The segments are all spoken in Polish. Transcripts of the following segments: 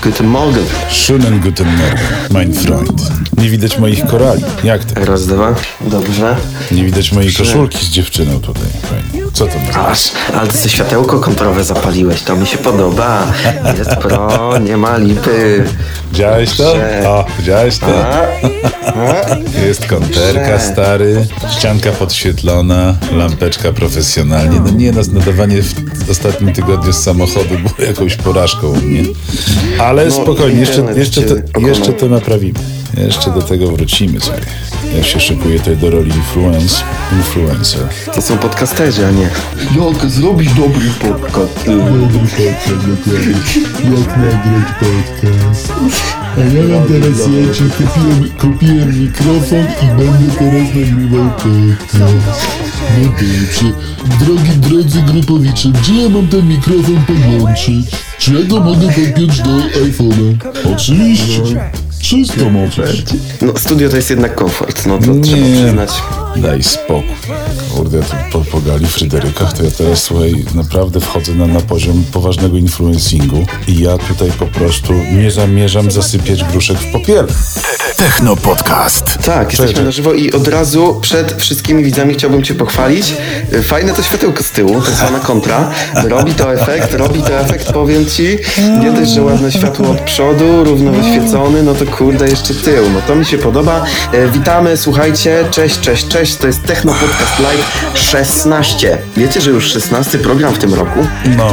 Guten Morgen. Schönen guten Morgen, mein Freund. Nie widać moich korali. Jak to? Raz, dwa. Dobrze. Nie widać mojej koszulki z dziewczyną tutaj. Fajnie. Co to ma? Aż, ale ty światełko kontrowe zapaliłeś, to mi się podoba. Jest pro, nie ma lipy. Widziałeś to? O, widziałeś to? Jest konterka, stary, ścianka podświetlona, lampeczka profesjonalnie. No nie, nadawanie w ostatnim tygodniu z samochodu było jakąś porażką u mnie. Ale spokojnie, jeszcze to naprawimy. Jeszcze do tego wrócimy sobie. Ja się szykuję tutaj do roli influencer. To są podcasterzy, a nie. Jak zrobić dobry podcast? Dobry podcast, dokładnie. Jak nagrać podcast? A ja mam teraz, słuchajcie, kupiłem mikrofon i będę teraz nagrywał podcast. No dobrze. Drodzy grupowicze, gdzie ja mam ten mikrofon podłączyć? Czy ja go mogę podpiąć do iPhone'a? Oczywiście. Wszystko możesz. No, studio to jest jednak komfort, no to Nie. trzeba przyznać. Daj spokój. Kurde, ja tu po Gali Fryderykach, to ja teraz, słuchaj, naprawdę wchodzę na poziom poważnego influencingu i ja tutaj po prostu nie zamierzam zasypiać gruszek w popiele. Techno Podcast. Tak, jesteśmy na żywo i od razu przed wszystkimi widzami chciałbym cię pochwalić. Fajne to światełko z tyłu, tak zwana kontra. Robi to efekt, powiem ci. Nie dość, że ładne światło od przodu, równo wyświecony, no to kurde, jeszcze tył. No to mi się podoba. Witamy, słuchajcie, cześć. To jest Techno Podcast Live 16. Wiecie, że już 16 program w tym roku? No,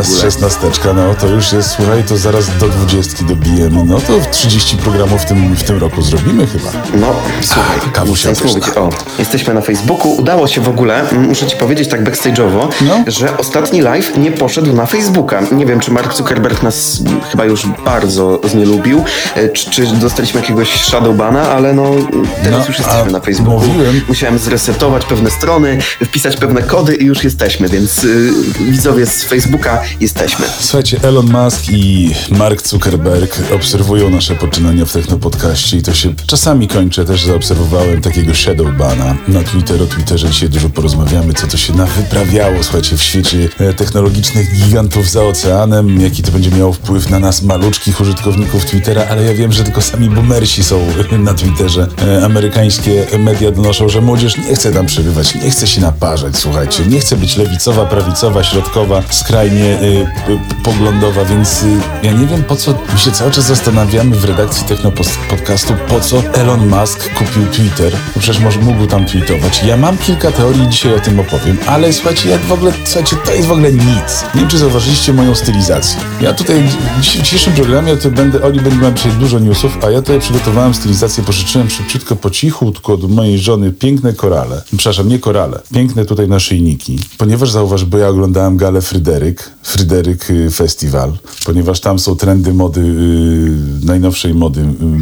16, no to już jest, słuchaj, to zaraz do 20 dobijemy. No to 30 programów w tym roku zrobimy chyba. No, słuchaj, kawusia chcę mówić, jesteśmy na Facebooku. Udało się w ogóle, muszę ci powiedzieć tak backstage'owo, że ostatni live nie poszedł na Facebooka. Nie wiem, czy Mark Zuckerberg nas chyba już bardzo znielubił, czy dostaliśmy jakiegoś shadowbana, ale no teraz już jesteśmy na Facebooku. Musiałem zresetować pewne strony, wpisać pewne kody i już jesteśmy, więc widzowie z Facebooka jesteśmy. Słuchajcie, Elon Musk i Mark Zuckerberg obserwują nasze poczynania w Technopodcaście i to się czasami kończy. Też zaobserwowałem takiego shadowbana na Twitterze. Dzisiaj dużo porozmawiamy, co to się nawyprawiało, słuchajcie, w świecie technologicznych gigantów za oceanem, jaki to będzie miało wpływ na nas, maluczkich użytkowników Twittera, ale ja wiem, że tylko sami boomersi są na Twitterze. Amerykańskie media donoszą, że młodzież nie chce tam przebywać, nie chce się naparzać, słuchajcie, nie chce być lewicowa, prawicowa, środkowa, skrajnie poglądowa, więc ja nie wiem, po co my się cały czas zastanawiamy w redakcji Technopodcastu, po co Elon Musk kupił Twitter, bo przecież mógł tam tweetować. Ja mam kilka teorii, dzisiaj o tym opowiem, ale słuchajcie, to jest w ogóle nic. Nie wiem, czy zauważyliście moją stylizację. Ja tutaj w dzisiejszym programie Oli będzie miał dzisiaj dużo newsów, a ja tutaj przygotowałem stylizację, pożyczyłem szybciutko, po cichutku od mojej żony piękne korale. Przepraszam, nie korale. Piękne tutaj naszyjniki. Ponieważ zauważ, bo ja oglądałem galę Fryderyk Festival, ponieważ tam są trendy mody, najnowszej mody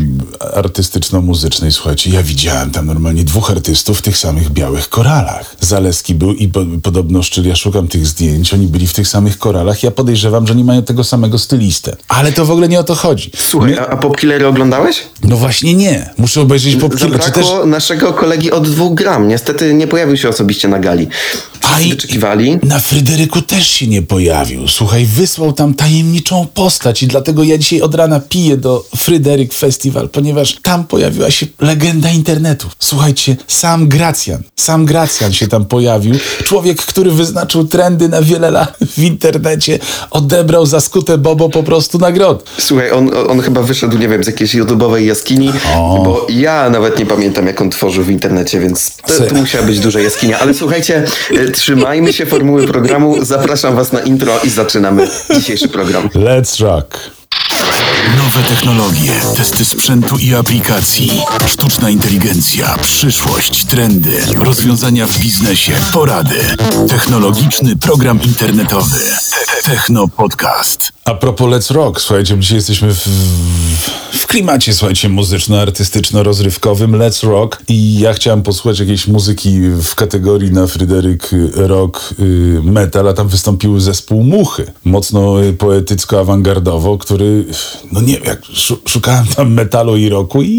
artystyczno-muzycznej. Słuchajcie, ja widziałem tam normalnie 2 artystów w tych samych białych koralach. Zaleski był i podobno ja szukam tych zdjęć, oni byli w tych samych koralach. Ja podejrzewam, że oni mają tego samego stylistę. Ale to w ogóle nie o to chodzi. Słuchaj, a Popkillery oglądałeś? No właśnie nie. Muszę obejrzeć Popkillery. Zabrakło naszego kolegi od 2 gram. Niestety nie pojawił się osobiście na gali. Wszyscy wyczekiwali. Na Fryderyku też się nie pojawił. Słuchaj, wysłał tam tajemniczą postać i dlatego ja dzisiaj od rana piję do Fryderyk Festival, ponieważ tam pojawiła się legenda internetu. Słuchajcie, Sam Gracjan się tam pojawił. Człowiek, który wyznaczył trendy na wiele lat w internecie, odebrał za skute Bobo po prostu nagrodę. Słuchaj, on chyba wyszedł, nie wiem, z jakiejś YouTube'owej jaskini, bo ja nawet nie pamiętam, jak on tworzył w internecie, więc to musiała być duża jaskinia. Ale słuchajcie, trzymajmy się formuły programu. Zapraszam was na intro i zaczynamy dzisiejszy program. Let's rock! Nowe technologie, testy sprzętu i aplikacji, sztuczna inteligencja, przyszłość, trendy, rozwiązania w biznesie, porady. Technologiczny program internetowy. Techno Podcast. A propos Let's Rock, słuchajcie, dzisiaj jesteśmy w klimacie, słuchajcie, muzyczno-artystyczno-rozrywkowym Let's Rock i ja chciałem posłuchać jakiejś muzyki w kategorii na Fryderyk Rock Metal, a tam wystąpił zespół Muchy, mocno poetycko-awangardowo, który, no nie wiem, jak szukałem tam metalu i rocku i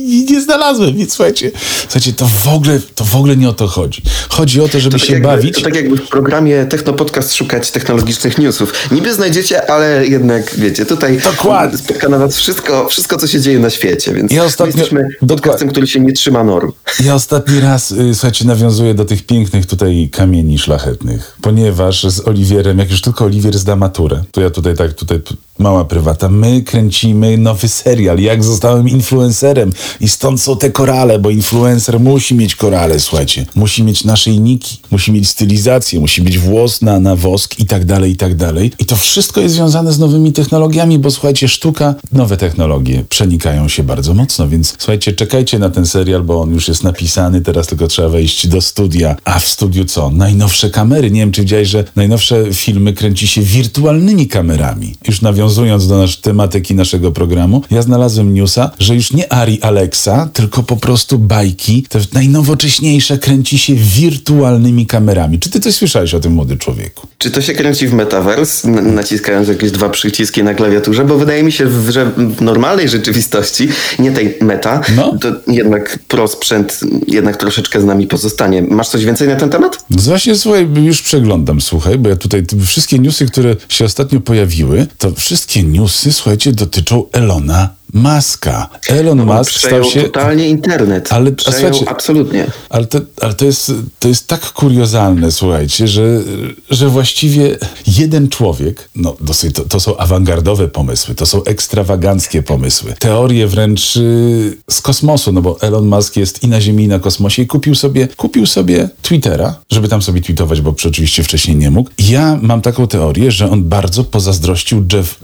nie znalazłem. Więc słuchajcie, to w ogóle nie o to chodzi. Chodzi o to, żeby się bawić. To tak jakby w programie Technopodcast szukać technologicznych newsów. Niby znajdziecie, ale jednak wiecie, tutaj Dokładnie. spotka na was wszystko, co się dzieje na świecie, więc Ja ostatnio- jesteśmy podcastem, który się nie trzyma norm. Ja ostatni raz, słuchajcie, nawiązuję do tych pięknych tutaj kamieni szlachetnych, ponieważ z Oliwierem, jak już tylko Oliwier zda maturę, to ja tutaj mała prywata, my kręcimy nowy serial, jak zostałem influencerem i stąd są te korale, bo influencer musi mieć korale, słuchajcie, musi mieć naszyjniki, musi mieć stylizację, musi mieć włos na wosk i tak dalej, i tak dalej. I to wszystko jest związane z nowymi technologiami, bo słuchajcie, nowe technologie przenikają się bardzo mocno, więc słuchajcie, czekajcie na ten serial, bo on już jest napisany, teraz tylko trzeba wejść do studia. A w studiu co? Najnowsze kamery. Nie wiem, czy widziałeś, że najnowsze filmy kręci się wirtualnymi kamerami. Już nawiązując do tematyki naszego programu, ja znalazłem newsa, że już nie Ari Alexa, tylko po prostu bajki, te najnowocześniejsze kręci się wirtualnymi kamerami. Czy ty coś słyszałeś o tym, młody człowieku? Czy to się kręci w Metaverse, naciskając jakieś 2 przyciski na klawiaturze? Bo wydaje mi się, że w normalnej rzeczywistości, nie tej meta, to jednak prosprzęt jednak troszeczkę z nami pozostanie. Masz coś więcej na ten temat? Właśnie, słuchaj, już przeglądam, słuchaj, bo ja tutaj wszystkie newsy, które się ostatnio pojawiły, to wszystkie newsy, słuchajcie, dotyczą Elona Muska. Elon Musk stał się... totalnie internet. Słuchajcie, absolutnie. Ale to jest tak kuriozalne, słuchajcie, że właściwie jeden człowiek, to są awangardowe pomysły, to są ekstrawaganckie pomysły, teorie wręcz z kosmosu, no bo Elon Musk jest i na Ziemi, i na kosmosie i kupił sobie Twittera, żeby tam sobie tweetować, bo oczywiście wcześniej nie mógł. Ja mam taką teorię, że on bardzo pozazdrościł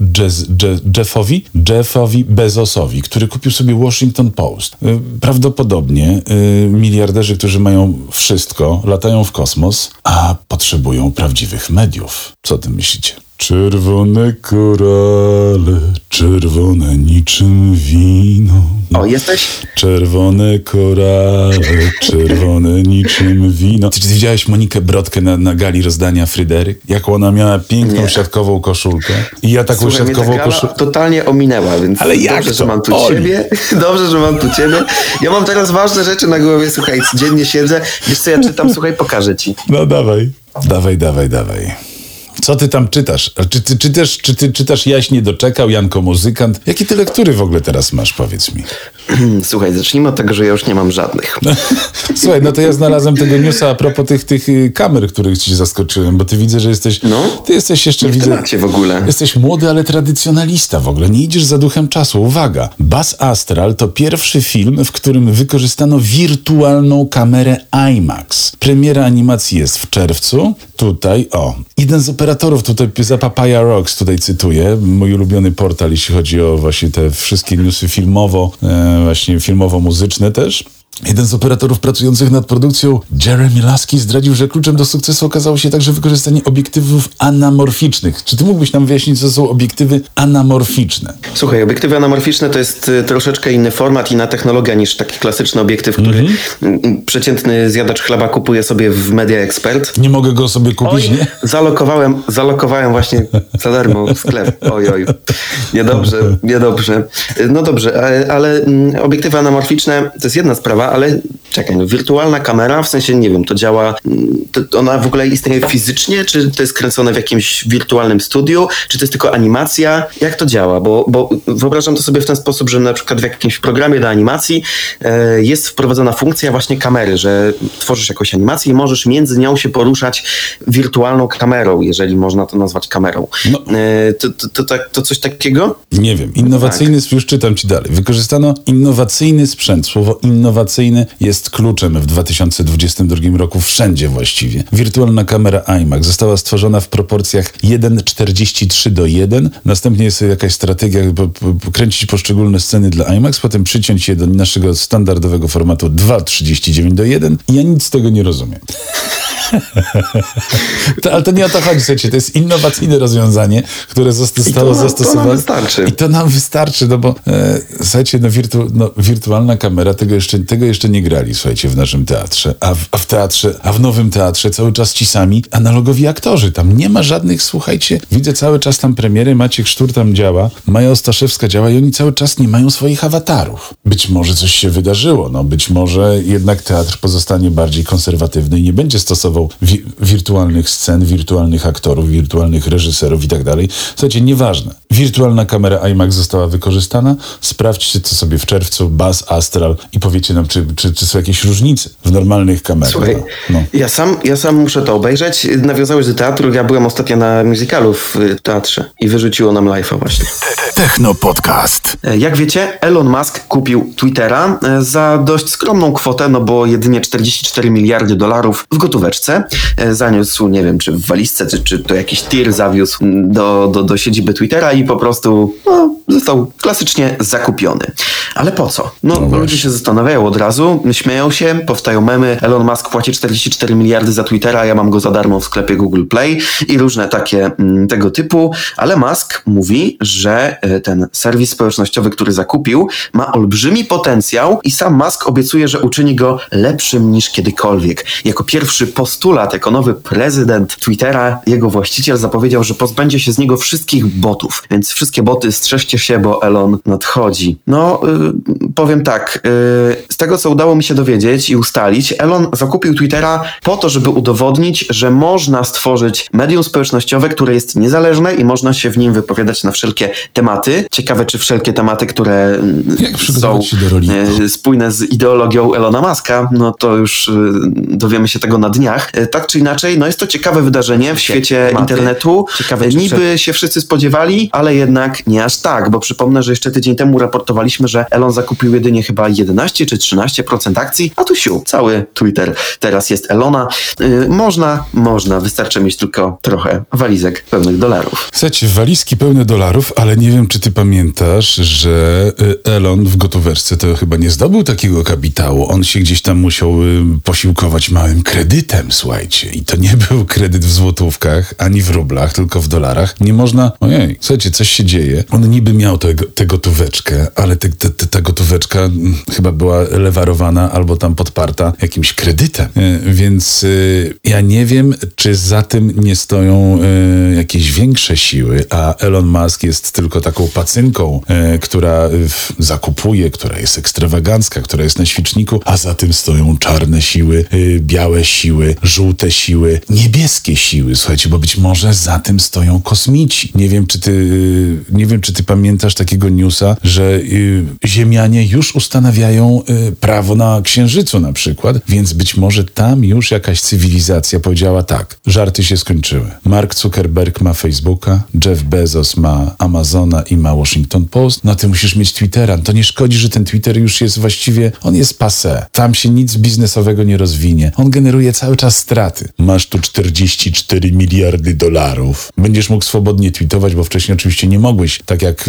Jeffowi Bezosowi, który kupił sobie Washington Post. Prawdopodobnie miliarderzy, którzy mają wszystko, latają w kosmos, a potrzebują prawdziwych mediów. Co o tym myślicie? Czerwone korale, czerwone niczym wino. O, jesteś? Czerwone korale, czerwone niczym wino. Ty widziałeś Monikę Brodkę na gali rozdania Fryderyk? Jaką ona miała piękną siatkową koszulkę. I ja taką siatkową koszulkę totalnie ominęła, więc ale dobrze, że mam tu ciebie. Dobrze, że mam tu ciebie. Ja mam teraz ważne rzeczy na głowie, słuchaj, codziennie siedzę. Wiesz co ja czytam? Słuchaj, pokażę ci. No dawaj. Dawaj. Co ty tam czytasz? Czy ty czytasz Jaś nie doczekał, Janko muzykant? Jakie ty lektury w ogóle teraz masz, powiedz mi? Słuchaj, zacznijmy od tego, że ja już nie mam żadnych. Słuchaj, to ja znalazłem tego newsa a propos tych kamer, których ci zaskoczyłem, bo ty widzę, że jesteś... Ty jesteś jeszcze... w temacie w ogóle. Jesteś młody, ale tradycjonalista w ogóle. Nie idziesz za duchem czasu. Uwaga! Buzz Astral to pierwszy film, w którym wykorzystano wirtualną kamerę IMAX. Premiera animacji jest w czerwcu. Tutaj, jeden z operatorów tutaj za Papaya Rocks, tutaj cytuję, mój ulubiony portal, jeśli chodzi o właśnie te wszystkie newsy filmowo-muzyczne też. Jeden z operatorów pracujących nad produkcją, Jeremy Lasky, zdradził, że kluczem do sukcesu okazało się także wykorzystanie obiektywów anamorficznych. Czy ty mógłbyś nam wyjaśnić, co są obiektywy anamorficzne? Słuchaj, obiektywy anamorficzne to jest troszeczkę inny format, inna technologia niż taki klasyczny obiektyw, który przeciętny zjadacz chleba kupuje sobie w Media Expert. Nie mogę go sobie kupić, nie? Zalokowałem właśnie za darmo w sklep. Oj. Niedobrze. No dobrze, ale obiektywy anamorficzne to jest jedna sprawa, ale czekaj, wirtualna kamera, w sensie nie wiem, to działa, ona w ogóle istnieje fizycznie, czy to jest kręcone w jakimś wirtualnym studiu, czy to jest tylko animacja? Jak to działa? Bo wyobrażam to sobie w ten sposób, że na przykład w jakimś programie do animacji jest wprowadzona funkcja właśnie kamery, że tworzysz jakąś animację i możesz między nią się poruszać wirtualną kamerą, jeżeli można to nazwać kamerą. To coś takiego? Nie wiem. Innowacyjny, już czytam ci dalej. Wykorzystano innowacyjny sprzęt. Słowo innowacyjny jest kluczem w 2022 roku wszędzie właściwie. Wirtualna kamera IMAX została stworzona w proporcjach 1:43:1. Następnie jest jakaś strategia, kręcić poszczególne sceny dla IMAX, potem przyciąć je do naszego standardowego formatu 2:39:1. I ja nic z tego nie rozumiem. Ale to nie o to chodzi, słuchajcie, to jest innowacyjne rozwiązanie, które zostało zastosowane. To nam wystarczy. I to nam wystarczy, no bo słuchajcie, wirtualna kamera, tego jeszcze nie grali, słuchajcie, w naszym teatrze. A w nowym teatrze cały czas ci sami analogowi aktorzy. Tam nie ma żadnych, słuchajcie, widzę cały czas tam premiery, Maciek Sztur tam działa, Maja Ostaszewska działa i oni cały czas nie mają swoich awatarów. Być może coś się wydarzyło, no być może jednak teatr pozostanie bardziej konserwatywny i nie będzie stosował wirtualnych scen, wirtualnych aktorów, wirtualnych reżyserów i tak dalej. Słuchajcie, nieważne. Wirtualna kamera IMAX została wykorzystana. Sprawdźcie to sobie w czerwcu, Buzz, Astral i powiecie nam, czy są jakieś różnice w normalnych kamerach. Słuchaj, no. ja sam muszę to obejrzeć. Nawiązałeś do teatru, ja byłem ostatnio na musicalu w teatrze i wyrzuciło nam live'a właśnie. Techno Podcast. Jak wiecie, Elon Musk kupił Twittera za dość skromną kwotę, no bo jedynie 44 miliardy dolarów w gotóweczce. Zaniósł, nie wiem, czy w walizce, czy to jakiś tir zawiózł do siedziby Twittera i po prostu został klasycznie zakupiony. Ale po co? No ludzie się zastanawiają od razu, śmieją się, powstają memy, Elon Musk płaci 44 miliardy za Twittera, a ja mam go za darmo w sklepie Google Play i różne takie tego typu, ale Musk mówi, że ten serwis społecznościowy, który zakupił, ma olbrzymi potencjał i sam Musk obiecuje, że uczyni go lepszym niż kiedykolwiek. Jako pierwszy postulat, jako nowy prezydent Twittera, jego właściciel zapowiedział, że pozbędzie się z niego wszystkich botów, więc wszystkie boty strzeżcie się, bo Elon nadchodzi. Powiem tak, z tego co udało mi się dowiedzieć i ustalić, Elon zakupił Twittera po to, żeby udowodnić, że można stworzyć medium społecznościowe, które jest niezależne i można się w nim wypowiadać na wszelkie tematy. Ciekawe, czy wszelkie tematy, które są spójne z ideologią Elona Muska, no to już dowiemy się tego na dniach. Tak czy inaczej, no jest to ciekawe wydarzenie w świecie internetu. Niby się wszyscy spodziewali, ale jednak nie aż tak, bo przypomnę, że jeszcze tydzień temu raportowaliśmy, że Elon zakupił jedynie chyba 11 czy 13% akcji, a tu cały Twitter teraz jest Elona. Można, wystarczy mieć tylko trochę walizek pełnych dolarów. Słuchajcie, walizki pełne dolarów, ale nie wiem, czy ty pamiętasz, że Elon w gotóweczce to chyba nie zdobył takiego kapitału. On się gdzieś tam musiał posiłkować małym kredytem, słuchajcie. I to nie był kredyt w złotówkach, ani w rublach, tylko w dolarach. Nie można... Ojej, słuchajcie, coś się dzieje. On niby miał tę gotóweczkę, ale ta gotóweczka chyba była lewarowana albo tam podparta jakimś kredytem. Więc ja nie wiem, czy za tym nie stoją jakieś większe siły, a Elon Musk jest tylko taką pacynką, która zakupuje, która jest ekstrawagancka, która jest na świeczniku, a za tym stoją czarne siły, białe siły, żółte siły, niebieskie siły. Słuchajcie, bo być może za tym stoją kosmici. Nie wiem, czy ty pamiętasz takiego newsa, że Ziemianie już ustanawiają prawo na Księżycu na przykład, więc być może tam już jakaś cywilizacja powiedziała tak, żarty się skończyły. Mark Zuckerberg ma Facebooka, Jeff Bezos ma Amazona i ma Washington Post, no ty musisz mieć Twittera. To nie szkodzi, że ten Twitter już jest właściwie, on jest passé. Tam się nic biznesowego nie rozwinie. On generuje cały czas straty. Masz tu 44 miliardy dolarów. Będziesz mógł swobodnie tweetować, bo wcześniej oczywiście nie mogłeś, tak jak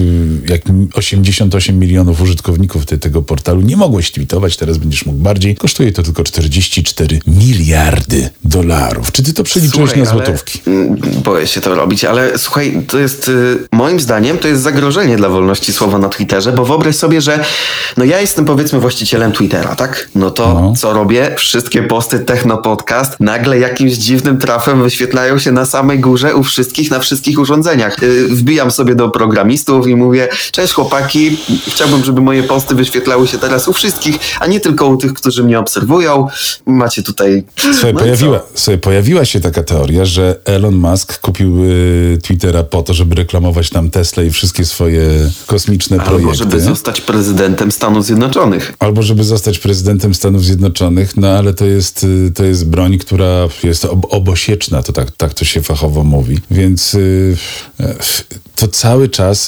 88 milionów użytkowników tego portalu, nie mogłeś tweetować, teraz będziesz mógł bardziej. Kosztuje to tylko 44 miliardy dolarów. Czy ty to przeliczyłeś na złotówki? Boję się to robić, ale słuchaj, to jest moim zdaniem to jest zagrożenie dla wolności słowa na Twitterze, bo wyobraź sobie, że ja jestem powiedzmy właścicielem Twittera, tak? No to co robię? Wszystkie posty Techno Podcast nagle jakimś dziwnym trafem wyświetlają się na samej górze u wszystkich, na wszystkich urządzeniach. Wbijam sobie do programistów i mówię, cześć chłopaki, chciałbym, żeby moje posty wyświetlały się teraz u wszystkich, a nie tylko u tych, którzy mnie obserwują. Macie tutaj... Pojawiła się taka teoria, że Elon Musk kupił Twittera po to, żeby reklamować tam Tesla i wszystkie swoje kosmiczne projekty. Albo żeby zostać prezydentem Stanów Zjednoczonych. Stanów Zjednoczonych, no ale to jest broń, która jest obosieczna, to tak to się fachowo mówi. Więc to cały czas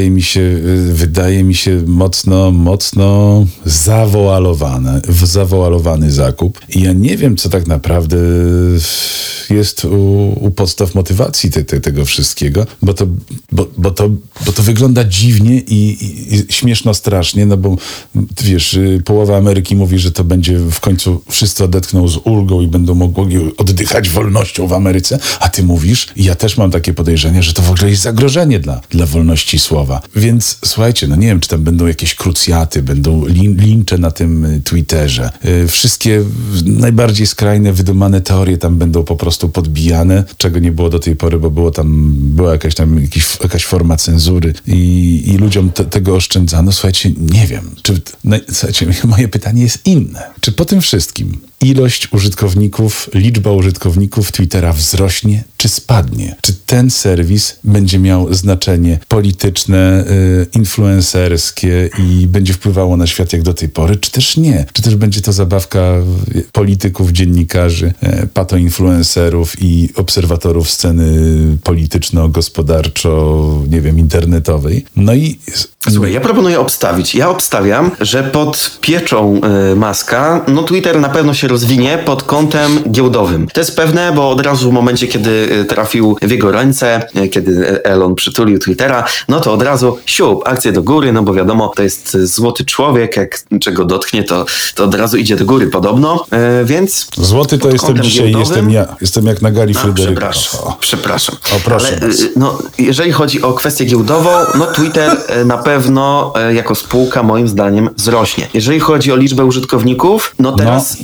wydaje mi się mocno zawoalowany zakup. I ja nie wiem, co tak naprawdę jest u podstaw motywacji tego wszystkiego, bo to wygląda dziwnie i śmieszno strasznie, no bo wiesz, połowa Ameryki mówi, że to będzie w końcu wszyscy odetchną z ulgą i będą mogli oddychać wolnością w Ameryce, a ty mówisz, i ja też mam takie podejrzenie, że to w ogóle jest zagrożenie dla wolności słowa. Więc słuchajcie, no nie wiem, czy tam będą jakieś krucjaty, będą lincze na tym Twitterze. Wszystkie najbardziej skrajne, wydumane teorie tam będą po prostu podbijane, czego nie było do tej pory, bo była jakaś forma cenzury i ludziom tego oszczędzano. Słuchajcie, nie wiem. Słuchajcie, moje pytanie jest inne. Czy po tym wszystkim liczba użytkowników Twittera wzrośnie, czy spadnie? Czy ten serwis będzie miał znaczenie polityczne, influencerskie i będzie wpływało na świat jak do tej pory, czy też nie? Czy też będzie to zabawka polityków, dziennikarzy, patoinfluencerów i obserwatorów sceny polityczno-gospodarczo, nie wiem, internetowej? No i... Słuchaj, ja proponuję obstawić. Ja obstawiam, że pod pieczą Muska, Twitter na pewno się rozwinie pod kątem giełdowym. To jest pewne, bo od razu w momencie, kiedy trafił w jego ręce, kiedy Elon przytulił Twittera, to od razu akcje do góry, bo wiadomo, to jest złoty człowiek, jak czego dotknie, to od razu idzie do góry podobno, więc... Złoty to jestem dzisiaj, giełdowym, jestem jak na gali Fryderyka. Przepraszam. O, proszę. Ale jeżeli chodzi o kwestię giełdową, Twitter na pewno jako spółka moim zdaniem wzrośnie. Jeżeli chodzi o liczbę użytkowników, teraz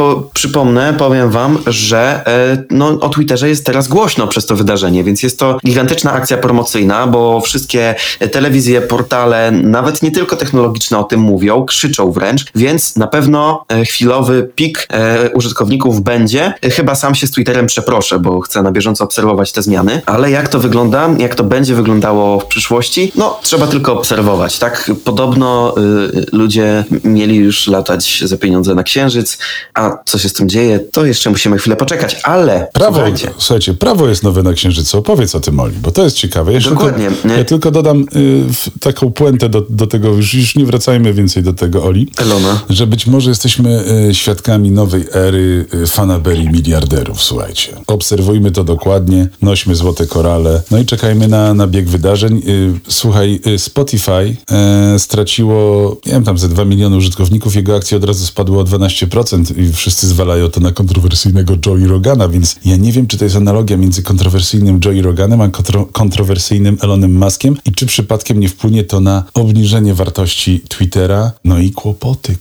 powiem wam, że o Twitterze jest teraz głośno przez to wydarzenie, więc jest to gigantyczna akcja promocyjna, bo wszystkie telewizje, portale, nawet nie tylko technologiczne o tym mówią, krzyczą wręcz, więc na pewno chwilowy pik użytkowników będzie. Chyba sam się z Twitterem przeproszę, bo chcę na bieżąco obserwować te zmiany, ale jak to wygląda, jak to będzie wyglądało w przyszłości, trzeba tylko obserwować, tak? Podobno ludzie mieli już latać za pieniądze na Księżyc, a co się z tym dzieje, to jeszcze musimy chwilę poczekać, ale słuchajcie, prawo jest nowe na Księżycu. Opowiedz o tym, Oli, bo to jest ciekawe. Dokładnie. Ja tylko dodam taką puentę do tego, już nie wracajmy więcej do tego, Oli, Elona, że być może jesteśmy świadkami nowej ery fanaberii miliarderów, słuchajcie. Obserwujmy to dokładnie, nośmy złote korale, i czekajmy na bieg wydarzeń. Słuchaj, Spotify straciło, nie wiem, tam ze 2 miliony użytkowników, jego akcje od razu spadły o 12% i wszyscy zwalają to na kontrowersyjnego Joey Rogana, więc ja nie wiem, czy to jest analogia między kontrowersyjnym Joey Roganem a kontrowersyjnym Elonem Muskiem i czy przypadkiem nie wpłynie to na obniżenie wartości Twittera. I kłopoty.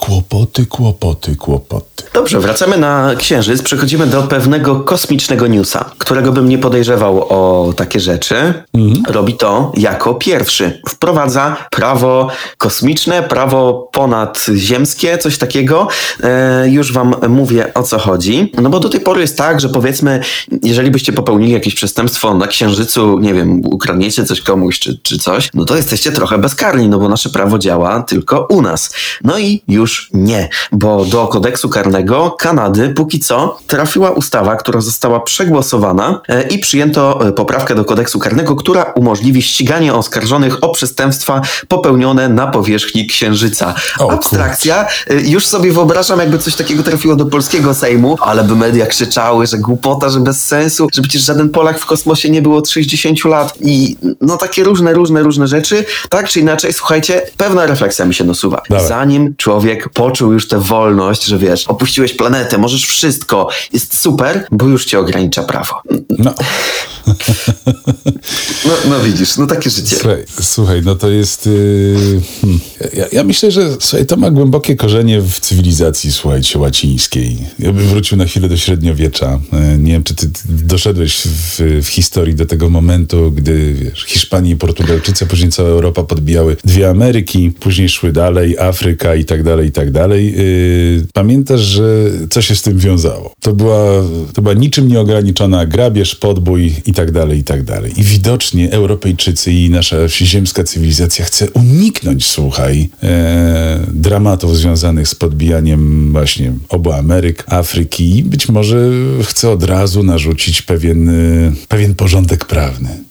Dobrze, wracamy na Księżyc, przechodzimy do pewnego kosmicznego newsa, którego bym nie podejrzewał o takie rzeczy. Robi to jako pierwszy. Wprowadza prawo kosmiczne, prawo ponadzziemskie, coś takiego. Już wam mówię, o co chodzi. Bo do tej pory jest tak, że powiedzmy, jeżeli byście popełnili jakieś przestępstwo na Księżycu, nie wiem, ukradniecie coś komuś czy coś, to jesteście trochę bezkarni, bo nasze prawo działa tylko u nas. I już nie, bo do kodeksu karnego Kanady póki co trafiła ustawa, która została przegłosowana i przyjęto poprawkę do kodeksu karnego, która umożliwi ściganie oskarżonych o przestępstwa popełnione na powierzchni Księżyca. Abstrakcja. Już sobie wyobrażam, jakby coś takiego trafiło do polskiego Sejmu, ale by media krzyczały, że głupota, że bez sensu, że przecież żaden Polak w kosmosie nie był od 60 lat i takie różne rzeczy. Tak czy inaczej, słuchajcie, pewna refleksja mi się nasuwa. Dawaj. Zanim człowiek poczuł już tę wolność, że wiesz, opuściłeś planetę, możesz wszystko, jest super, bo już cię ogranicza prawo. Widzisz, takie życie. Słuchaj, to jest... Ja myślę, że to ma głębokie korzenie w cywilizacji, słuchajcie, łacińskiej. Ja bym wrócił na chwilę do średniowiecza. Nie wiem, czy ty doszedłeś w historii do tego momentu, gdy Hiszpanie i Portugalczycy, później cała Europa podbijały 2 Ameryki, później szły dalej, Afryka i tak dalej. Pamiętasz, że co się z tym wiązało? To była niczym nieograniczona grabież, podbój i tak dalej. I widocznie Europejczycy i nasza ziemska cywilizacja chce uniknąć, słuchaj, dramatów związanych z podbijaniem właśnie obu Ameryk, Afryki i być może chce od razu narzucić pewien porządek prawny.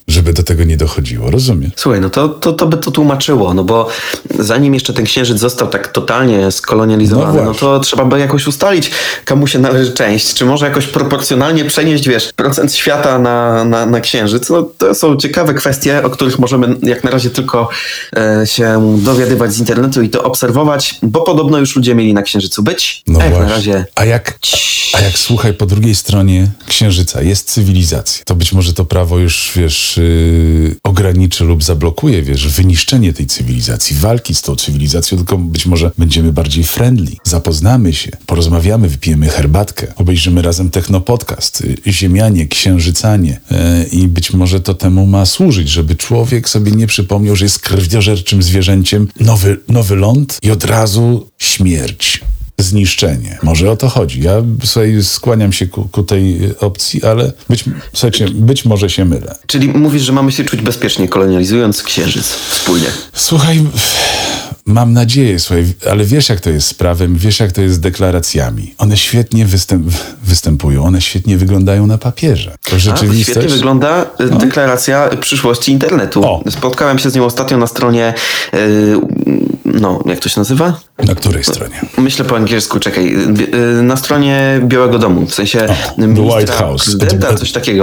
żeby do tego nie dochodziło. Rozumiem. Słuchaj, no to by to tłumaczyło, no bo zanim jeszcze ten księżyc został tak totalnie skolonializowany, no to trzeba by jakoś ustalić, komu się należy część, czy może jakoś proporcjonalnie przenieść, wiesz, procent świata na księżyc. No to są ciekawe kwestie, o których możemy jak na razie tylko się dowiadywać z internetu i to obserwować, bo podobno już ludzie mieli na księżycu być. No jak właśnie. na razie... A jak słuchaj, po drugiej stronie księżyca jest cywilizacja, to być może to prawo już, wiesz, ograniczy lub zablokuje, wiesz, wyniszczenie tej cywilizacji, walki z tą cywilizacją, tylko być może będziemy bardziej friendly, zapoznamy się, porozmawiamy, wypijemy herbatkę, obejrzymy razem technopodcast, Ziemianie, Księżycanie i być może to temu ma służyć, żeby człowiek sobie nie przypomniał, że jest krwiożerczym zwierzęciem, nowy ląd i od razu śmierć. Zniszczenie. Może o to chodzi. Ja sobie skłaniam się ku tej opcji, ale być może się mylę. Czyli mówisz, że mamy się czuć bezpiecznie kolonializując księżyc wspólnie. Słuchaj, mam nadzieję, słuchaj, ale wiesz jak to jest z prawem, wiesz jak to jest z deklaracjami. One świetnie występują, one świetnie wyglądają na papierze. To rzeczywistość... Świetnie wygląda deklaracja przyszłości internetu. Spotkałem się z nią ostatnio na stronie, jak to się nazywa? Na której stronie? Myślę po angielsku, czekaj. Na stronie Białego Domu, w sensie The White House. Prezydenta, coś takiego.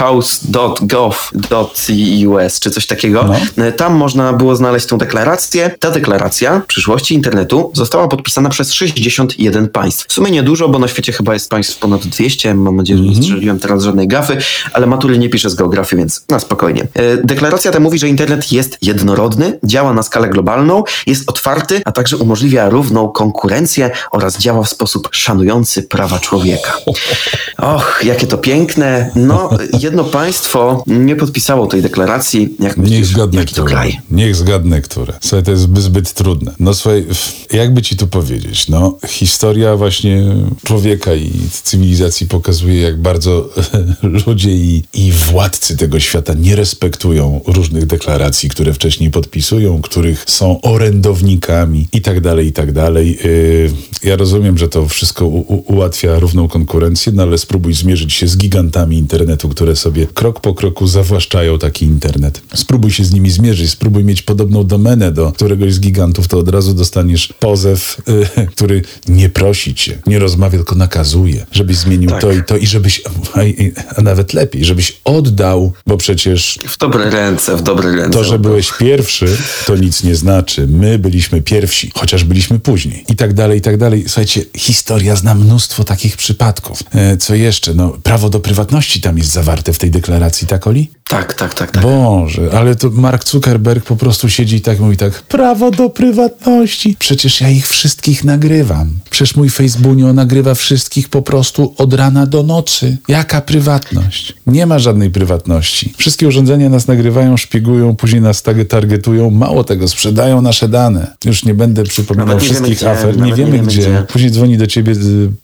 whitehouse.gov.us czy coś takiego. No. Tam można było znaleźć tą deklarację. Ta deklaracja przyszłości internetu została podpisana przez 61 państw. W sumie niedużo, bo na świecie chyba jest państw ponad 200. Mam nadzieję, że nie strzeliłem teraz żadnej gafy, ale matury nie piszę z geografii, więc na spokojnie. Deklaracja ta mówi, że internet jest jednorodny, działa na skalę globalną, jest otwarty, a także umożliwia równą konkurencję oraz działa w sposób szanujący prawa człowieka. Och, jakie to piękne. No, jedno państwo nie podpisało tej deklaracji. Jak myślisz, Niech zgadnę, jaki to kraj? Niech zgadnę, które. Słuchaj, to jest zbyt trudne. No słuchaj, jakby ci tu powiedzieć, no historia właśnie człowieka i cywilizacji pokazuje, jak bardzo ludzie i władcy tego świata nie respektują różnych deklaracji, które wcześniej podpisują, których są orędownikami i tak dalej, i tak dalej. Ja rozumiem, że to wszystko ułatwia równą konkurencję, no ale spróbuj zmierzyć się z gigantami internetu, które sobie krok po kroku zawłaszczają taki internet. Spróbuj się z nimi zmierzyć, spróbuj mieć podobną domenę do któregoś z gigantów, to od razu dostaniesz pozew, który nie prosi cię, nie rozmawia, tylko nakazuje, żebyś zmienił to i to i żebyś, a nawet lepiej, żebyś oddał, bo przecież... W dobre ręce. To, że byłeś pierwszy, to nic nie znaczy. My byliśmy pierwsi, chociaż byliśmy później. I tak dalej, i tak dalej. Słuchajcie, historia zna mnóstwo takich przypadków. Co jeszcze? No, prawo do prywatności tam jest zawarte w tej deklaracji, tak, Oli? Tak. Boże, ale to Mark Zuckerberg po prostu siedzi i tak mówi tak, prawo do prywatności. Przecież ja ich wszystkich nagrywam. Przecież mój Facebookio nagrywa wszystkich po prostu od rana do nocy. Jaka prywatność? Nie ma żadnej prywatności. Wszystkie urządzenia nas nagrywają, szpiegują, później nas targetują. Mało tego, sprzedają nasze dane. Już nie będę przypominał wszystkich afer. Nie wiemy gdzie. Później dzwoni do ciebie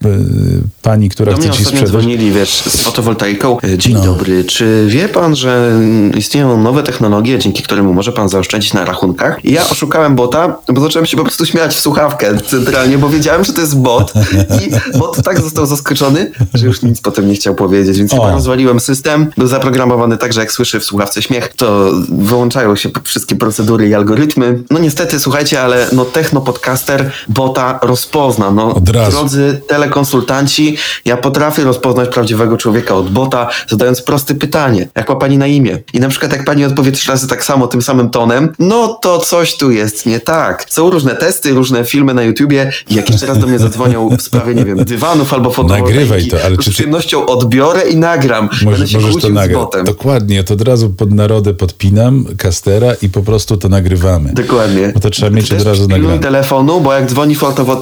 pani, która chce ci sprzedać. Dzwonili, wiesz, z fotowoltaiką. Dzień dobry. Czy wie pan, że istnieją nowe technologie, dzięki którym może pan zaoszczędzić na rachunkach? I ja oszukałem bota, bo zacząłem się po prostu śmiać w słuchawkę centralnie, bo wiedziałem, że to jest bot. I bot tak został zaskoczony, że już nic potem nie chciał powiedzieć, więc chyba rozwaliłem system. Był zaprogramowany tak, że jak słyszy w słuchawce śmiech, to wyłączają się wszystkie procedury i algorytmy. No niestety, słuchajcie, ale technopodcaster bota rozpozna. Drodzy telekonsultanci, ja potrafię rozpoznać prawdziwego człowieka od bota, zadając proste pytanie. Jak ma pani na imię? I na przykład jak pani odpowie 3 razy tak samo, tym samym tonem, no to coś tu jest nie tak. Są różne testy, różne filmy na YouTubie i jak jeszcze raz do mnie zadzwonią w sprawie, nie wiem, dywanów albo fotowoltaiki, nagrywaj to, ale z przyjemnością odbiorę i nagram. Będę się możesz to nagrać. z botem. Dokładnie, to od razu pod narodę podpinam Castera i po prostu to nagrywamy. Dokładnie. Bo to trzeba mieć od razu nagrane. Pilnuj telefonu, bo jak dzwoni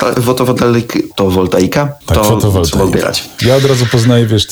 fotowoltaika, to trzeba odbierać. Ja od razu poznaję, wiesz,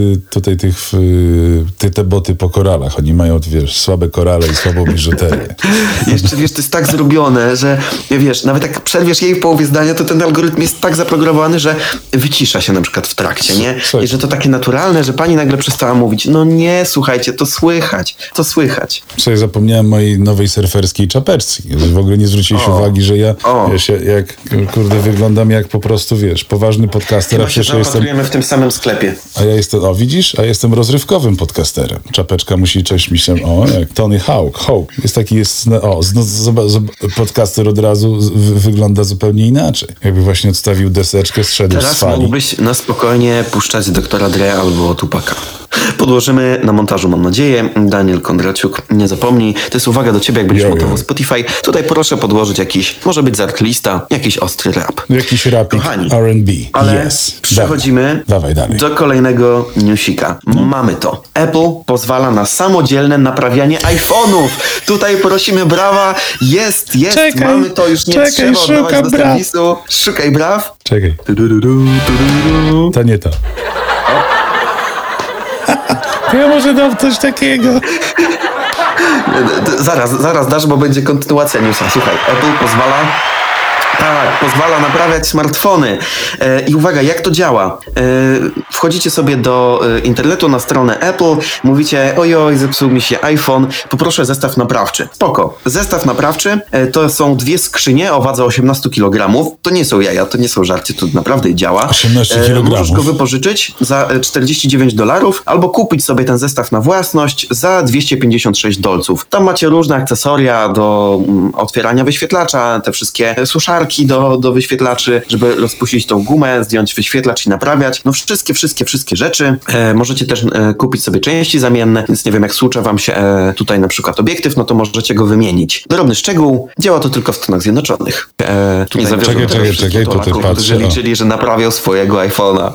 te boty po koralach. Oni mają, wiesz, słabe korale i słabą biżuterię. Jeszcze, wiesz, to jest tak zrobione, że, wiesz, nawet jak przerwiesz jej w połowie zdania, to ten algorytm jest tak zaprogramowany, że wycisza się na przykład w trakcie, nie? I że to takie naturalne, że pani nagle przestała mówić. No nie, słuchajcie, to słychać. Słuchaj, zapomniałem mojej nowej surferskiej czapeczki. W ogóle nie zwróciłeś uwagi, że ja Wiesz, jak, kurde, wyglądam jak po prostu, wiesz, poważny podcaster, a Chyba się przecież jestem... zaopatrujemy w tym samym sklepie. A ja jestem, widzisz? A jestem rozrywkowym podcasterem. Czapeczka musi coś myśleć, jak Tony Hawk. Jest taki, podcaster od razu wygląda zupełnie inaczej. Jakby właśnie odstawił deseczkę, zszedł z Teraz fali. mógłbyś na spokojnie puszczać doktora Dre albo Tupaka. Podłożymy na montażu, mam nadzieję. Daniel Kondraciuk, nie zapomnij. To jest uwaga do ciebie, jak będziesz montował Spotify. Tutaj proszę podłożyć jakiś, może być zarklista, jakiś ostry rap. Jakiś rapik Kochani, R&B. ale Yes. przechodzimy Dawaj dalej. do kolejnego newsika. Mamy to. Apple pozwala na samodzielne naprawianie iPhone'ów. Tutaj prosimy brawa. Jest. Czekaj, mamy to, już nie czekaj, trzeba oddawać szukam do braw. serwisu. Szukaj braw. Czekaj. To nie to. To ja może dam coś takiego. Zaraz dasz, bo będzie kontynuacja newsa. Słuchaj, Apple pozwala naprawiać smartfony. I uwaga, jak to działa? Wchodzicie sobie do internetu na stronę Apple, mówicie, ojoj, zepsuł mi się iPhone, poproszę zestaw naprawczy. Spoko. Zestaw naprawczy to są 2 skrzynie o wadze 18 kg. To nie są jaja, to nie są żarty, to naprawdę działa. 18 kg. Możesz go wypożyczyć za $49 albo kupić sobie ten zestaw na własność za $256. Tam macie różne akcesoria do otwierania wyświetlacza, te wszystkie suszarki do wyświetlaczy, żeby rozpuścić tą gumę, zdjąć wyświetlacz i naprawiać. No wszystkie rzeczy. Możecie też kupić sobie części zamienne, więc nie wiem, jak słucha wam się tutaj na przykład obiektyw, no to możecie go wymienić. Drobny szczegół, działa to tylko w Stanach Zjednoczonych. Nie zawiozą Czekaj, tutaj patrzę. którzy liczyli, że naprawią swojego iPhone'a.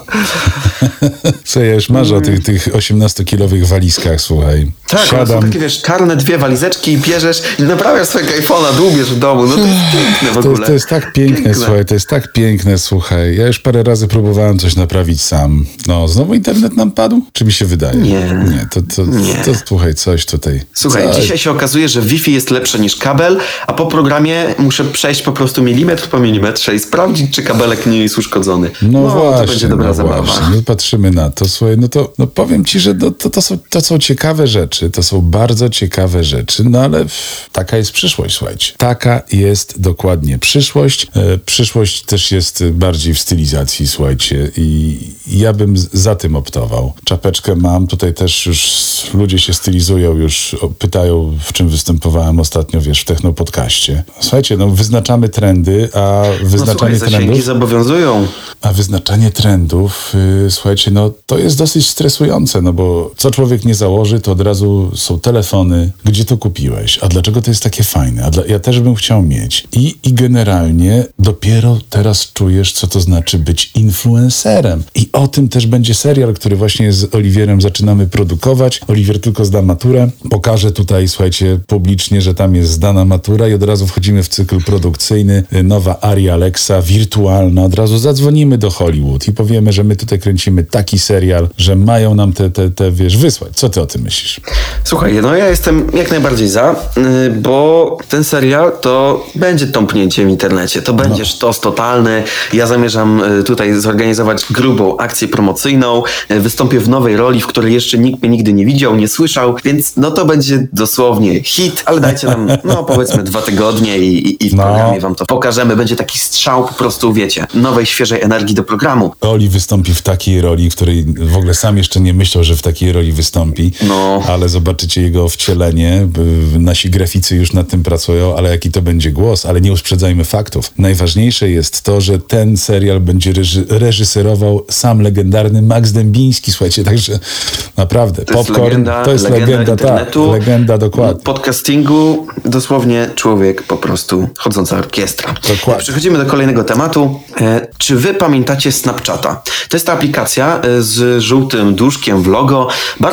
Co ja już marzę o tych 18-kilowych walizkach, słuchaj. Tak, one są takie, wiesz, czarne 2 walizeczki i bierzesz i naprawiasz swojego iPhone'a, dłubiesz w domu. No to jest piękne w ogóle. To jest tak piękne, słuchaj, to jest tak piękne, słuchaj. Ja już parę razy próbowałem coś naprawić sam. No, znowu internet nam padł? Czy mi się wydaje? Nie, to słuchaj, coś tutaj. Słuchaj, dzisiaj się okazuje, że Wi-Fi jest lepsze niż kabel, a po programie muszę przejść po prostu milimetr po milimetrze i sprawdzić, czy kabelek nie jest uszkodzony. No właśnie, to będzie dobra zabawa. Właśnie. No patrzymy na to, słuchaj, no powiem ci, że to są ciekawe rzeczy, to są bardzo ciekawe rzeczy, no ale taka jest przyszłość, słuchajcie. Taka jest dokładnie przyszłość. Przyszłość też jest bardziej w stylizacji, słuchajcie, i ja bym za tym optował. Czapeczkę mam, tutaj też już ludzie się stylizują, już pytają, w czym występowałem ostatnio, wiesz, w Technopodcaście. Słuchajcie, no wyznaczamy trendy, a wyznaczanie trendów... zobowiązują. A wyznaczanie trendów, słuchajcie, no to jest dosyć stresujące, no bo co człowiek nie założy, to od razu są telefony, gdzie to kupiłeś, a dlaczego to jest takie fajne, ja też bym chciał mieć. I generalnie dopiero teraz czujesz, co to znaczy być influencerem. I o tym też będzie serial, który właśnie z Oliwierem zaczynamy produkować. Oliwier tylko zda maturę, pokaże tutaj, słuchajcie, publicznie, że tam jest zdana matura i od razu wchodzimy w cykl produkcyjny, nowa aria Alexa, wirtualna, od razu zadzwonimy do Hollywood i powiemy, że my tutaj kręcimy taki serial, że mają nam te wiesz, wysłać. Co ty o tym myślisz? Słuchaj, no ja jestem jak najbardziej za, bo ten serial to będzie tąpnięcie w internecie, to będzie sztos totalny. Ja zamierzam tutaj zorganizować grubą akcję promocyjną, wystąpię w nowej roli, w której jeszcze nikt mnie nigdy nie widział, nie słyszał, więc no to będzie dosłownie hit, ale dajcie nam, no powiedzmy 2 tygodnie i w programie wam to pokażemy. Będzie taki strzał po prostu, wiecie, nowej, świeżej energii do programu. Oli wystąpi w takiej roli, w której w ogóle sam jeszcze nie myślał, że w takiej roli wystąpi, ale zobaczycie jego wcielenie. Nasi graficy już nad tym pracują, ale jaki to będzie głos, ale nie usprzedzajmy faktów. Najważniejsze jest to, że ten serial będzie reżyserował sam legendarny Max Dębiński, słuchajcie, także naprawdę, Popcorn to jest legenda internetu, tak, legenda, dokładnie. Podcastingu, dosłownie człowiek po prostu, chodząca orkiestra. Dokładnie. Przechodzimy do kolejnego tematu. Czy wy pamiętacie Snapchata? To jest ta aplikacja z żółtym duszkiem w logo,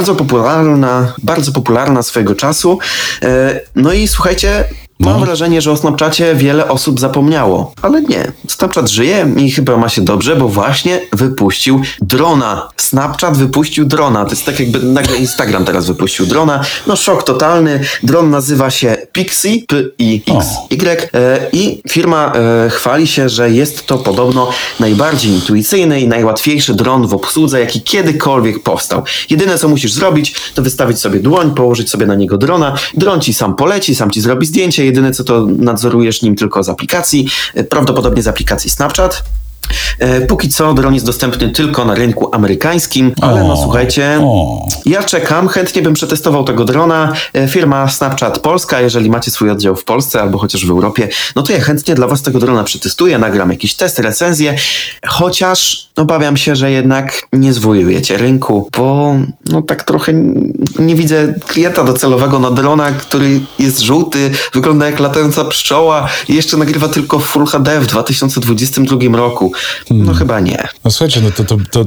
bardzo popularna swojego czasu. No i słuchajcie, mam wrażenie, że o Snapchacie wiele osób zapomniało, ale nie. Snapchat żyje i chyba ma się dobrze, bo właśnie wypuścił drona. Snapchat wypuścił drona. To jest tak jakby nagle Instagram teraz wypuścił drona. No szok totalny. Dron nazywa się Pixie, P-I-X-Y i firma chwali się, że jest to podobno najbardziej intuicyjny i najłatwiejszy dron w obsłudze, jaki kiedykolwiek powstał. Jedyne co musisz zrobić, to wystawić sobie dłoń, położyć sobie na niego drona. Dron ci sam poleci, sam ci zrobi zdjęcie. jedyne co to nadzorujesz nim tylko z aplikacji, prawdopodobnie z aplikacji Snapchat. Póki co dron jest dostępny tylko na rynku amerykańskim, ale no słuchajcie, ja czekam, chętnie bym przetestował tego drona. Firma Snapchat Polska, jeżeli macie swój oddział w Polsce albo chociaż w Europie, no to ja chętnie dla was tego drona przetestuję, nagram jakiś test, recenzję, chociaż obawiam się, że jednak nie zwojujecie rynku, bo no tak trochę nie widzę klienta docelowego na drona, który jest żółty, wygląda jak latająca pszczoła i jeszcze nagrywa tylko w Full HD w 2022 roku. No chyba nie. No słuchajcie, no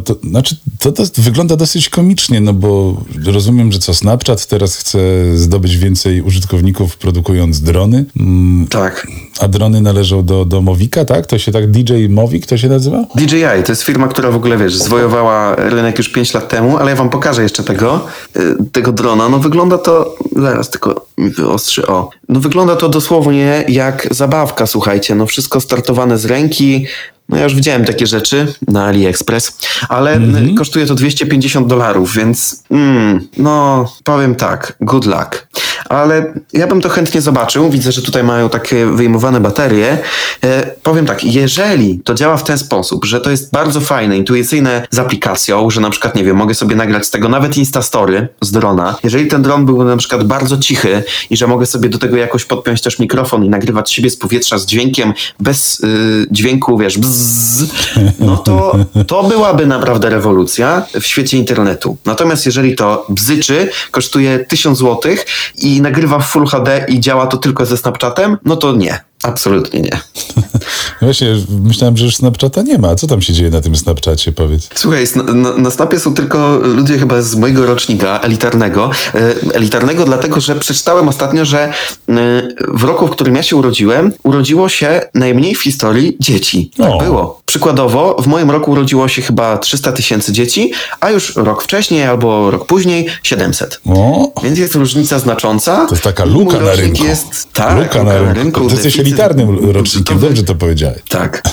to wygląda dosyć komicznie, no bo rozumiem, że co, Snapchat teraz chce zdobyć więcej użytkowników produkując drony? Tak. A drony należą do Movika, tak? To się tak DJ Movik to się nazywa? DJI to jest firma, która w ogóle, wiesz, zwojowała rynek już 5 lat temu, ale ja wam pokażę jeszcze tego drona. No wygląda to, zaraz tylko mi wyostrzy, no wygląda to dosłownie jak zabawka, słuchajcie, no wszystko startowane z ręki. No ja już widziałem takie rzeczy na AliExpress, ale kosztuje to $250, więc no powiem tak, good luck. Ale ja bym to chętnie zobaczył. Widzę, że tutaj mają takie wyjmowane baterie. Powiem tak, jeżeli to działa w ten sposób, że to jest bardzo fajne, intuicyjne z aplikacją, że na przykład, nie wiem, mogę sobie nagrać z tego nawet Instastory z drona. Jeżeli ten dron był na przykład bardzo cichy i że mogę sobie do tego jakoś podpiąć też mikrofon i nagrywać siebie z powietrza z dźwiękiem, bez dźwięku, wiesz, bzz, no to byłaby naprawdę rewolucja w świecie internetu. Natomiast jeżeli to bzyczy, kosztuje 1000 zł i nagrywa w Full HD i działa to tylko ze Snapchatem, no to nie. Absolutnie nie. Właśnie, myślałem, że już Snapchata nie ma. Co tam się dzieje na tym Snapchacie, powiedz? Słuchaj, na Snapie są tylko ludzie chyba z mojego rocznika, elitarnego. Elitarnego dlatego, że przeczytałem ostatnio, że w roku, w którym ja się urodziłem, urodziło się najmniej w historii dzieci. Tak było. Przykładowo, w moim roku urodziło się chyba 300 000 dzieci, a już rok wcześniej albo rok później 700. Więc jest różnica znacząca. To jest taka luka na rynku. Luka na rynku. Ty jesteś elitarnym rocznikiem, dobrze to powiedziałeś. Tak.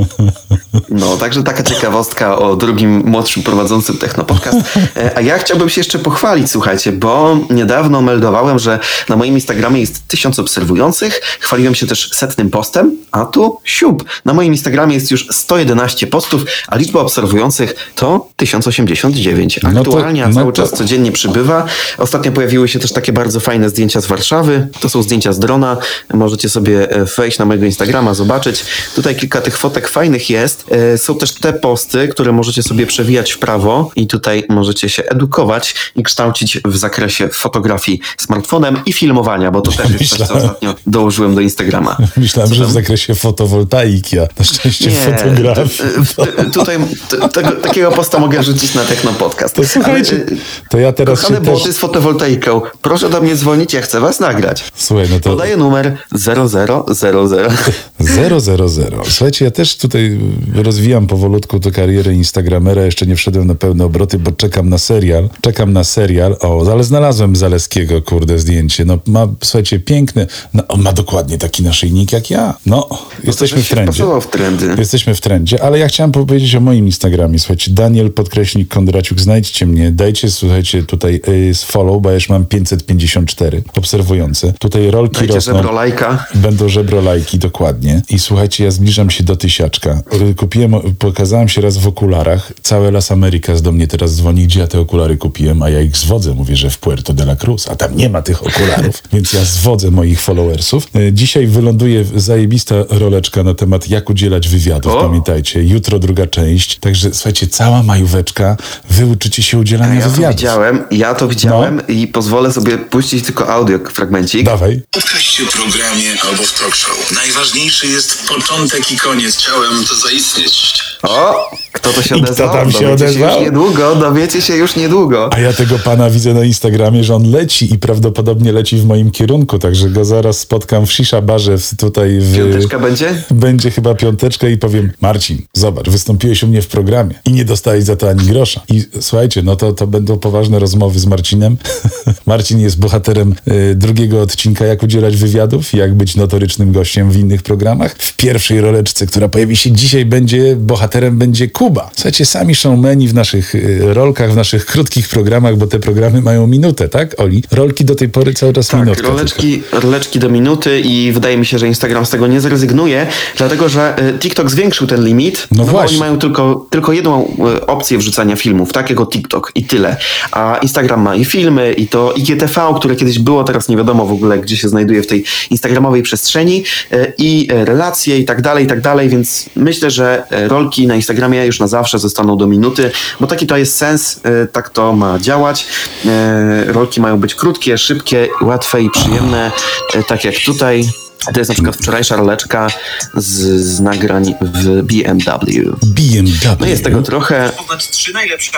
No, także taka ciekawostka o drugim młodszym prowadzącym Technopodcast. A ja chciałbym się jeszcze pochwalić, słuchajcie, bo niedawno meldowałem, że na moim Instagramie jest 1000 obserwujących. Chwaliłem się też 100 postem, a tu siup. Na moim Instagramie jest już 111 postów, a liczba obserwujących to 1089. Aktualnie, cały czas codziennie przybywa. Ostatnio pojawiły się też takie bardzo fajne zdjęcia z Warszawy. To są zdjęcia z drona. Możecie sobie wejść na mojego Instagrama, zobaczyć. Tutaj kilka tych fotek fajnych jest. Są też te posty, które możecie sobie przewijać w prawo i tutaj możecie się edukować i kształcić w zakresie fotografii smartfonem i filmowania, bo to też jest coś, co ostatnio dołożyłem do Instagrama. Myślałem, że w zakresie fotowoltaiki, a na szczęście fotografii. Tutaj takiego posta mogę rzucić na Technopodcast. To słuchajcie, to ja teraz kochane boty z fotowoltaiką, proszę do mnie dzwonić, ja chcę was nagrać. Słuchaj, no to... Podaję numer 0000. 000. Słuchajcie, ja też tutaj rozwijam powolutku tę karierę Instagramera. Jeszcze nie wszedłem na pełne obroty, bo czekam na serial. Ale znalazłem Zaleskiego, kurde, zdjęcie. No ma, słuchajcie, piękny. No, on ma dokładnie taki naszyjnik jak ja. No, jesteśmy w trendzie. Jesteśmy w trendzie, ale ja chciałem powiedzieć o moim Instagramie. Słuchajcie, Daniel_Kondraciuk, znajdźcie mnie. Dajcie, słuchajcie, tutaj follow, bo ja już mam 554 obserwujące. Tutaj rolki rosną. Żebrolajka. Będą żebrolajki, dokładnie. I słuchajcie, ja zbliżam się do 1000. Pokazałem się raz w okularach. Całe Las Americas do mnie teraz dzwoni, gdzie ja te okulary kupiłem, a ja ich zwodzę. Mówię, że w Puerto de la Cruz, a tam nie ma tych okularów, więc ja zwodzę moich followersów. Dzisiaj wyląduje zajebista roleczka na temat, jak udzielać wywiadów. Pamiętajcie, jutro druga część. Także słuchajcie, cała majóweczka, wy uczycie się udzielania wywiadów. Ja to widziałem i pozwolę sobie puścić tylko audio fragmencik. Dawaj. W podcaście, programie albo w talk show. Najważniejszy jest początek i koniec. Chciałem to zaistnieć. Kto to się odezwał? Kto tam się odezwał? Dowiecie się już niedługo. A ja tego pana widzę na Instagramie, że on leci i prawdopodobnie leci w moim kierunku, także go zaraz spotkam w Shisha Barze tutaj w... Piąteczka będzie? Będzie chyba piąteczka i powiem: Marcin, zobacz, wystąpiłeś u mnie w programie i nie dostałeś za to ani grosza. I słuchajcie, no to będą poważne rozmowy z Marcinem. Marcin jest bohaterem drugiego odcinka, jak udzielać wywiadów, jak być notorycznym gościem w innych programach. W pierwszej roleczce, która pojawi się dzisiaj, będzie bohaterem bohaterem będzie Kuba. Słuchajcie, sami showmeni w naszych rolkach, w naszych krótkich programach, bo te programy mają minutę, tak, Oli? Rolki do tej pory cały czas Tak, minutkę. roleczki do minuty i wydaje mi się, że Instagram z tego nie zrezygnuje, dlatego że TikTok zwiększył ten limit, No bo właśnie. oni mają tylko jedną opcję wrzucania filmów, takiego TikTok i tyle. A Instagram ma i filmy, i to IGTV, które kiedyś było, teraz nie wiadomo w ogóle, gdzie się znajduje w tej instagramowej przestrzeni, i relacje i tak dalej, więc myślę, że rolki na Instagramie już na zawsze zostaną do minuty, bo taki to jest sens, tak to ma działać. Rolki mają być krótkie, szybkie, łatwe i przyjemne, tak jak tutaj. To jest na przykład wczorajsza roleczka z nagrań w BMW. No jest tego trochę. Poznać 3 najlepsze.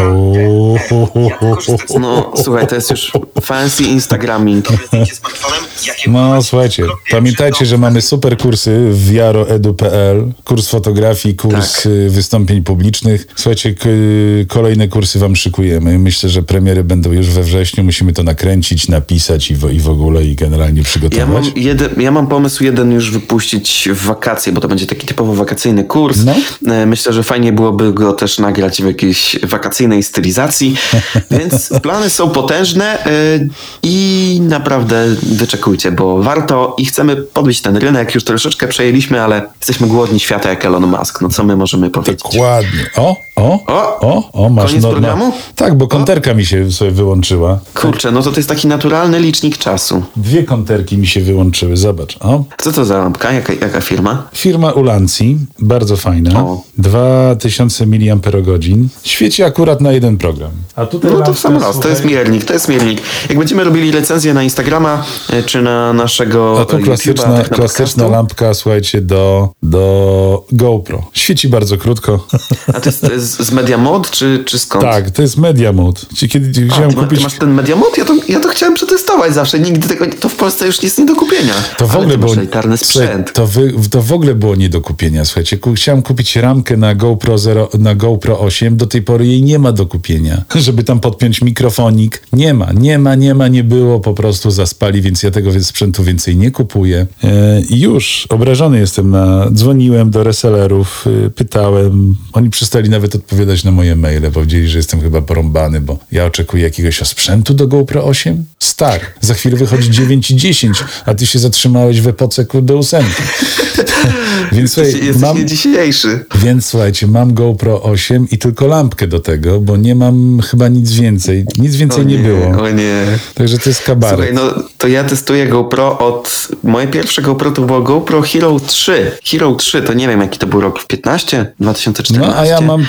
No słuchaj, to jest już fancy Instagramming. Zdjęcie smartfonem, jakie No słuchajcie, pamiętajcie, że mamy super kursy w jaroedu.pl, kurs fotografii, kurs wystąpień publicznych. Słuchajcie, kolejne kursy wam szykujemy. Myślę, że premiery będą już we wrześniu. Musimy to nakręcić, napisać i w ogóle i generalnie przygotować. Ja mam pomysł jeden już wypuścić w wakacje, bo to będzie taki typowo wakacyjny kurs. No. Myślę, że fajnie byłoby go też nagrać w jakiejś wakacyjnej stylizacji, więc plany są potężne i naprawdę wyczekujcie, bo warto i chcemy podbić ten rynek. Już troszeczkę przejęliśmy, ale jesteśmy głodni świata jak Elon Musk. No co my możemy powiedzieć? Dokładnie. Masz Koniec programu? Tak, bo konterka mi się sobie wyłączyła. Kurczę, no to jest taki naturalny licznik czasu. 2 konterki mi się wyłączyły, zobacz. Co to za lampka? Jaka firma? Firma Ulanzi, bardzo fajna. O. 2000 mAh. Świeci akurat na jeden program. A tutaj No to w lampka, sam raz, słuchaj, to jest miernik. Jak będziemy robili recenzję na Instagrama, czy na naszego a tu klasyczna lampka, słuchajcie, do GoPro. Świeci bardzo krótko. A to jest z Media Mode, czy skąd? Tak, to jest Media Mode. Kiedy chciałem Ty kupić... masz ten Media Mode? Ja to chciałem przetestować zawsze. Nigdy tego, to w Polsce już jest nie do kupienia. To w ogóle było elitarny sprzęt. To w ogóle było nie do kupienia, słuchajcie. Chciałem kupić ramkę na GoPro 8, do tej pory jej nie ma do kupienia. Żeby tam podpiąć mikrofonik. Nie było, po prostu zaspali, więc ja tego sprzętu więcej nie kupuję. I już obrażony jestem dzwoniłem do resellerów, pytałem. Oni przestali nawet odpowiadać na moje maile, powiedzieli, że jestem chyba porąbany, bo ja oczekuję jakiegoś sprzętu do GoPro 8. Za chwilę wychodzi 9 i 10, a ty się zatrzymałeś w epoce do 8. Więc Jesteś niedzisiejszy. Więc słuchajcie, mam GoPro 8 i tylko lampkę do tego, bo nie mam chyba nic więcej. Nic więcej nie było. O nie. Także to jest kabaret. Słuchaj, no to ja testuję GoPro moje pierwsze GoPro to było GoPro Hero 3. Hero 3, to nie wiem jaki to był rok, 15? 2014? No a ja mam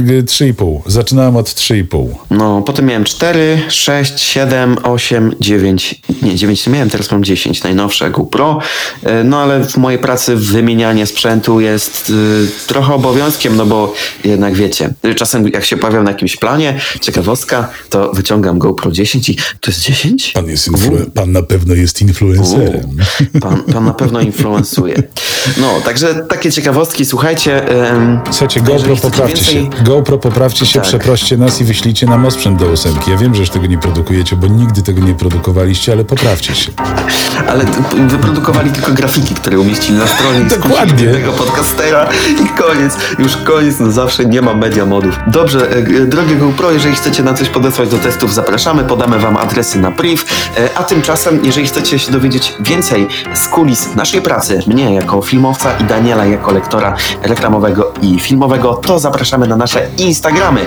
3,5. Zaczynałem od 3,5. No, potem miałem 4, 6, 7, 8, 9. Nie, 9 nie miałem, teraz mam 10, najnowsze GoPro. No ale w mojej pracy wymienianie sprzętu jest trochę obowiązkiem, no bo jednak wiecie, czasem jak się pojawiam na jakimś planie, ciekawostka, to wyciągam GoPro 10 i to jest 10? Pan na pewno jest influencerem. Pan na pewno influencuje. No, także takie ciekawostki, słuchajcie. Słuchajcie, GoPro poprawcie się. GoPro poprawcie się, Tak. przeproście nas i wyślijcie nam osprzęt do 8. Ja wiem, że już tego nie produkujecie, bo nigdy tego nie produkowaliście, ale poprawcie się. Ale wyprodukowali tylko grafiki, które umieścili na stronie. Dokładnie. Tego podcastera i koniec. Już koniec, no zawsze nie ma media modów. Dobrze, drogie GoPro, jeżeli chcecie na coś podesłać do testów, zapraszamy, podamy wam adresy na priv, a tymczasem, jeżeli chcecie się dowiedzieć więcej z kulis naszej pracy, mnie jako filmowca i Daniela jako lektora reklamowego i filmowego, to zapraszamy na nasze Instagramy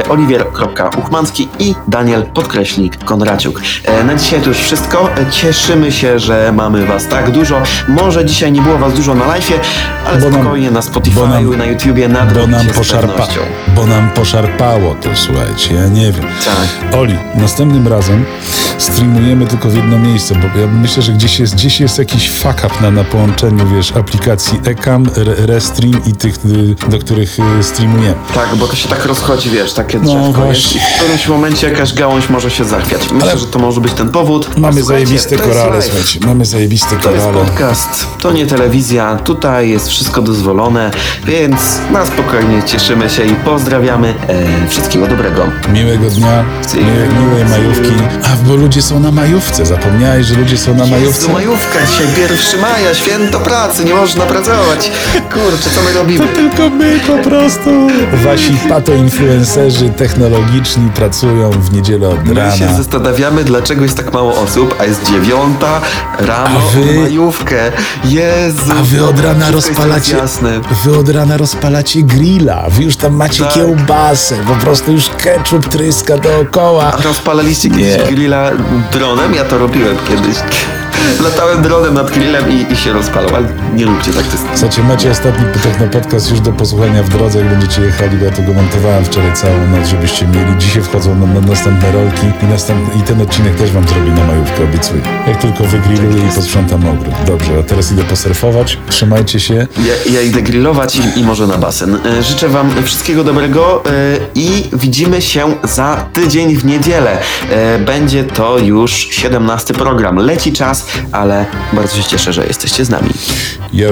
oliwier.uchmanski i Daniel_Konraciuk. Na dzisiaj to już wszystko. Cieszymy się, że mamy was tak dużo. Może dzisiaj nie było was dużo na live'ie, ale spokojnie na Spotify'u, na YouTubie nadrobicie z pewnością. Bo nam poszarpało to, słuchajcie, ja nie wiem. Tak. Oli, następnym razem streamujemy tylko w jedno miejsce, bo ja myślę, że gdzieś jest jakiś fuck up na połączeniu, wiesz, aplikacji Ecam, Restream i tych, do których streamujemy. Tak, bo to się tak rozchodzi, wiesz, takie No drzewko jest właśnie. i w którymś momencie jakaś gałąź może się zachwiać. Myślę, że to może być ten powód. Mamy Słuchajcie, zajebiste to jest korale, live. słuchajcie, mamy zajebiste To jest korale. podcast, to nie telewizja. Tutaj tutaj jest wszystko dozwolone, więc na spokojnie cieszymy się i pozdrawiamy. Wszystkiego dobrego. Miłego dnia, miłej majówki. Bo ludzie są na majówce. Zapomniałeś, że ludzie są na majówce? Jezu, majówka, dzisiaj 1 maja, święto pracy, nie można pracować. Kurczę, co my robimy? Tylko my po prostu. Wasi patoinfluencerzy technologiczni pracują w niedzielę od rana. My się zastanawiamy, dlaczego jest tak mało osób, a jest 9 rano na majówkę. Jezu. A wy od rana rozpalacie. rozpalacie grilla. Wy już tam macie kiełbasę. Po prostu już ketchup tryska dookoła. A rozpalaliście kiedyś grilla dronem? Ja to robiłem kiedyś. Latałem dronem nad grillem i się rozpalał, ale nie róbcie tak. Słuchajcie, macie ostatni podcast już do posłuchania w drodze, jak będziecie jechali, bo ja to go montowałem wczoraj całą noc, żebyście mieli. Dzisiaj wchodzą na następne rolki i ten odcinek też wam zrobi na majówkę, obiecuję. Jak tylko wygrilluję i posprzątam ogród. Dobrze, a teraz idę posurfować. Trzymajcie się. Ja idę grillować i może na basen. Życzę wam wszystkiego dobrego i widzimy się za tydzień w niedzielę. Będzie to już 17 program. Leci czas, ale bardzo się cieszę, że jesteście z nami. Yo,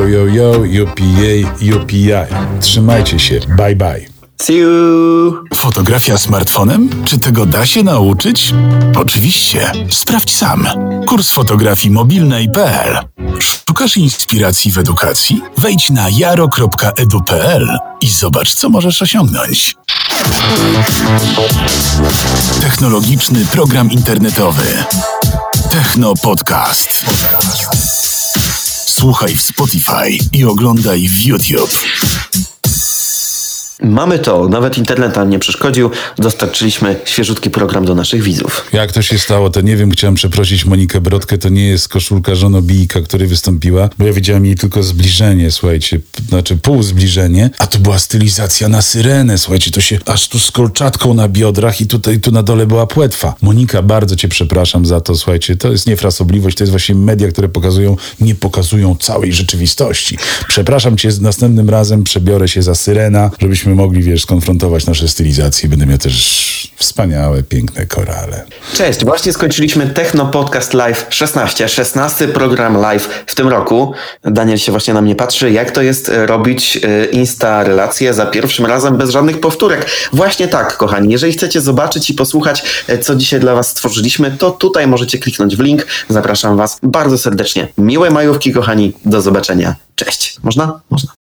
UPI. Trzymajcie się. Bye, bye. See you! Fotografia smartfonem? Czy tego da się nauczyć? Oczywiście. Sprawdź sam. Kurs fotografii mobilnej.pl. Szukasz inspiracji w edukacji? Wejdź na jaro.edu.pl i zobacz, co możesz osiągnąć. Technologiczny program internetowy. Techno Podcast. Słuchaj w Spotify i oglądaj w YouTube. Mamy to, nawet internet nam nie przeszkodził, dostarczyliśmy świeżutki program do naszych widzów. Jak to się stało, to nie wiem, chciałem przeprosić Monikę Brodkę, to nie jest koszulka żonobijka, której wystąpiła, bo ja widziałem jej tylko zbliżenie, słuchajcie, znaczy pół zbliżenie, a to była stylizacja na syrenę, słuchajcie, to się aż tu z kolczatką na biodrach i tu na dole była płetwa. Monika, bardzo cię przepraszam za to, słuchajcie, to jest niefrasobliwość, to jest właśnie media, które nie pokazują całej rzeczywistości. Przepraszam cię, następnym razem przebiorę się za syrena, żebyśmy mogli, skonfrontować nasze stylizacje. Będę miał też wspaniałe, piękne korale. Cześć, właśnie skończyliśmy Techno Podcast Live 16 program live w tym roku. Daniel się właśnie na mnie patrzy, jak to jest robić Insta relacje za pierwszym razem bez żadnych powtórek. Właśnie tak, kochani, jeżeli chcecie zobaczyć i posłuchać, co dzisiaj dla was stworzyliśmy, to tutaj możecie kliknąć w link. Zapraszam was bardzo serdecznie. Miłe majówki, kochani, do zobaczenia. Cześć. Można? Można.